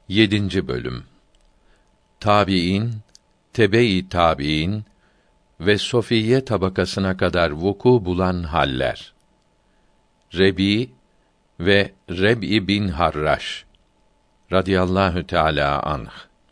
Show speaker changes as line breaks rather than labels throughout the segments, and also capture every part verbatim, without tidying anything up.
Yedinci bölüm. Tabiin, tebe-i tabiin ve sofiyye tabakasına kadar vuku bulan haller. Rebi ve Reb'i bin Harraş radıyallahu teâlâ anh.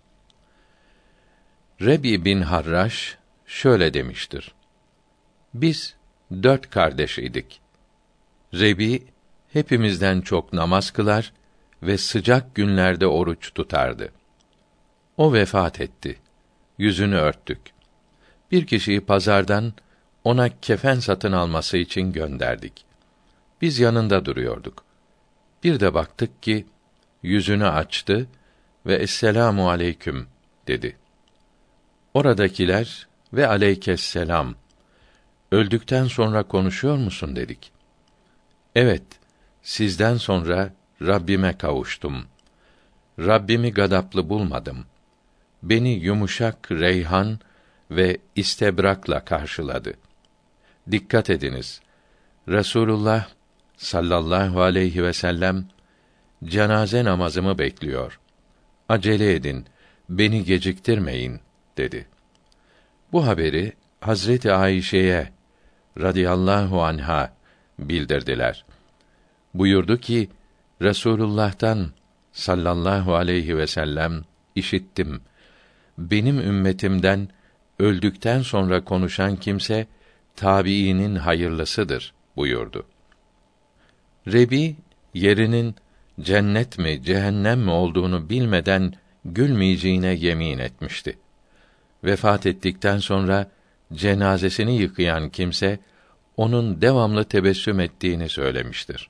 Reb'i bin Harraş şöyle demiştir: Biz dört kardeş idik. Rebi hepimizden çok namaz kılar ve sıcak günlerde oruç tutardı. O vefat etti. Yüzünü örttük. Bir kişiyi pazardan ona kefen satın alması için gönderdik. Biz yanında duruyorduk. Bir de baktık ki yüzünü açtı ve "Esselamu aleyküm" dedi. Oradakiler "Ve aleykesselam. Öldükten sonra konuşuyor musun?" dedik. "Evet, sizden sonra Rabbime kavuştum. Rabbimi gadaplı bulmadım. Beni yumuşak reyhan ve istebrakla karşıladı. Dikkat ediniz. Resulullah sallallahu aleyhi ve sellem cenaze namazımı bekliyor. Acele edin, beni geciktirmeyin" dedi. Bu haberi Hazreti Ayşe'ye radıyallahu anha bildirdiler. Buyurdu ki, Resulullah'tan sallallahu aleyhi ve sellem işittim. Benim ümmetimden öldükten sonra konuşan kimse tabiinin hayırlısıdır buyurdu. Rebi yerinin cennet mi cehennem mi olduğunu bilmeden gülmeyeceğine yemin etmişti. Vefat ettikten sonra cenazesini yıkayan kimse onun devamlı tebessüm ettiğini söylemiştir.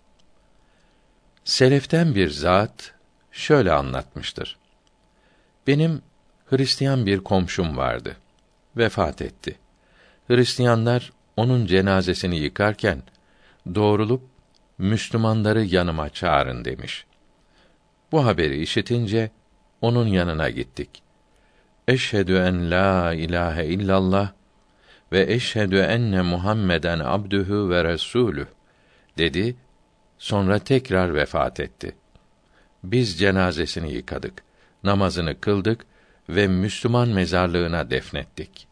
Seleften bir zat şöyle anlatmıştır: Benim Hristiyan bir komşum vardı. Vefat etti. Hristiyanlar onun cenazesini yıkarken doğrulup Müslümanları yanıma çağırın demiş. Bu haberi işitince onun yanına gittik. Eşhedü en la ilahe illallah ve eşhedü enne Muhammeden abdühü ve resûlüh dedi. Sonra tekrar vefat etti. Biz cenazesini yıkadık, namazını kıldık ve Müslüman mezarlığına defnettik.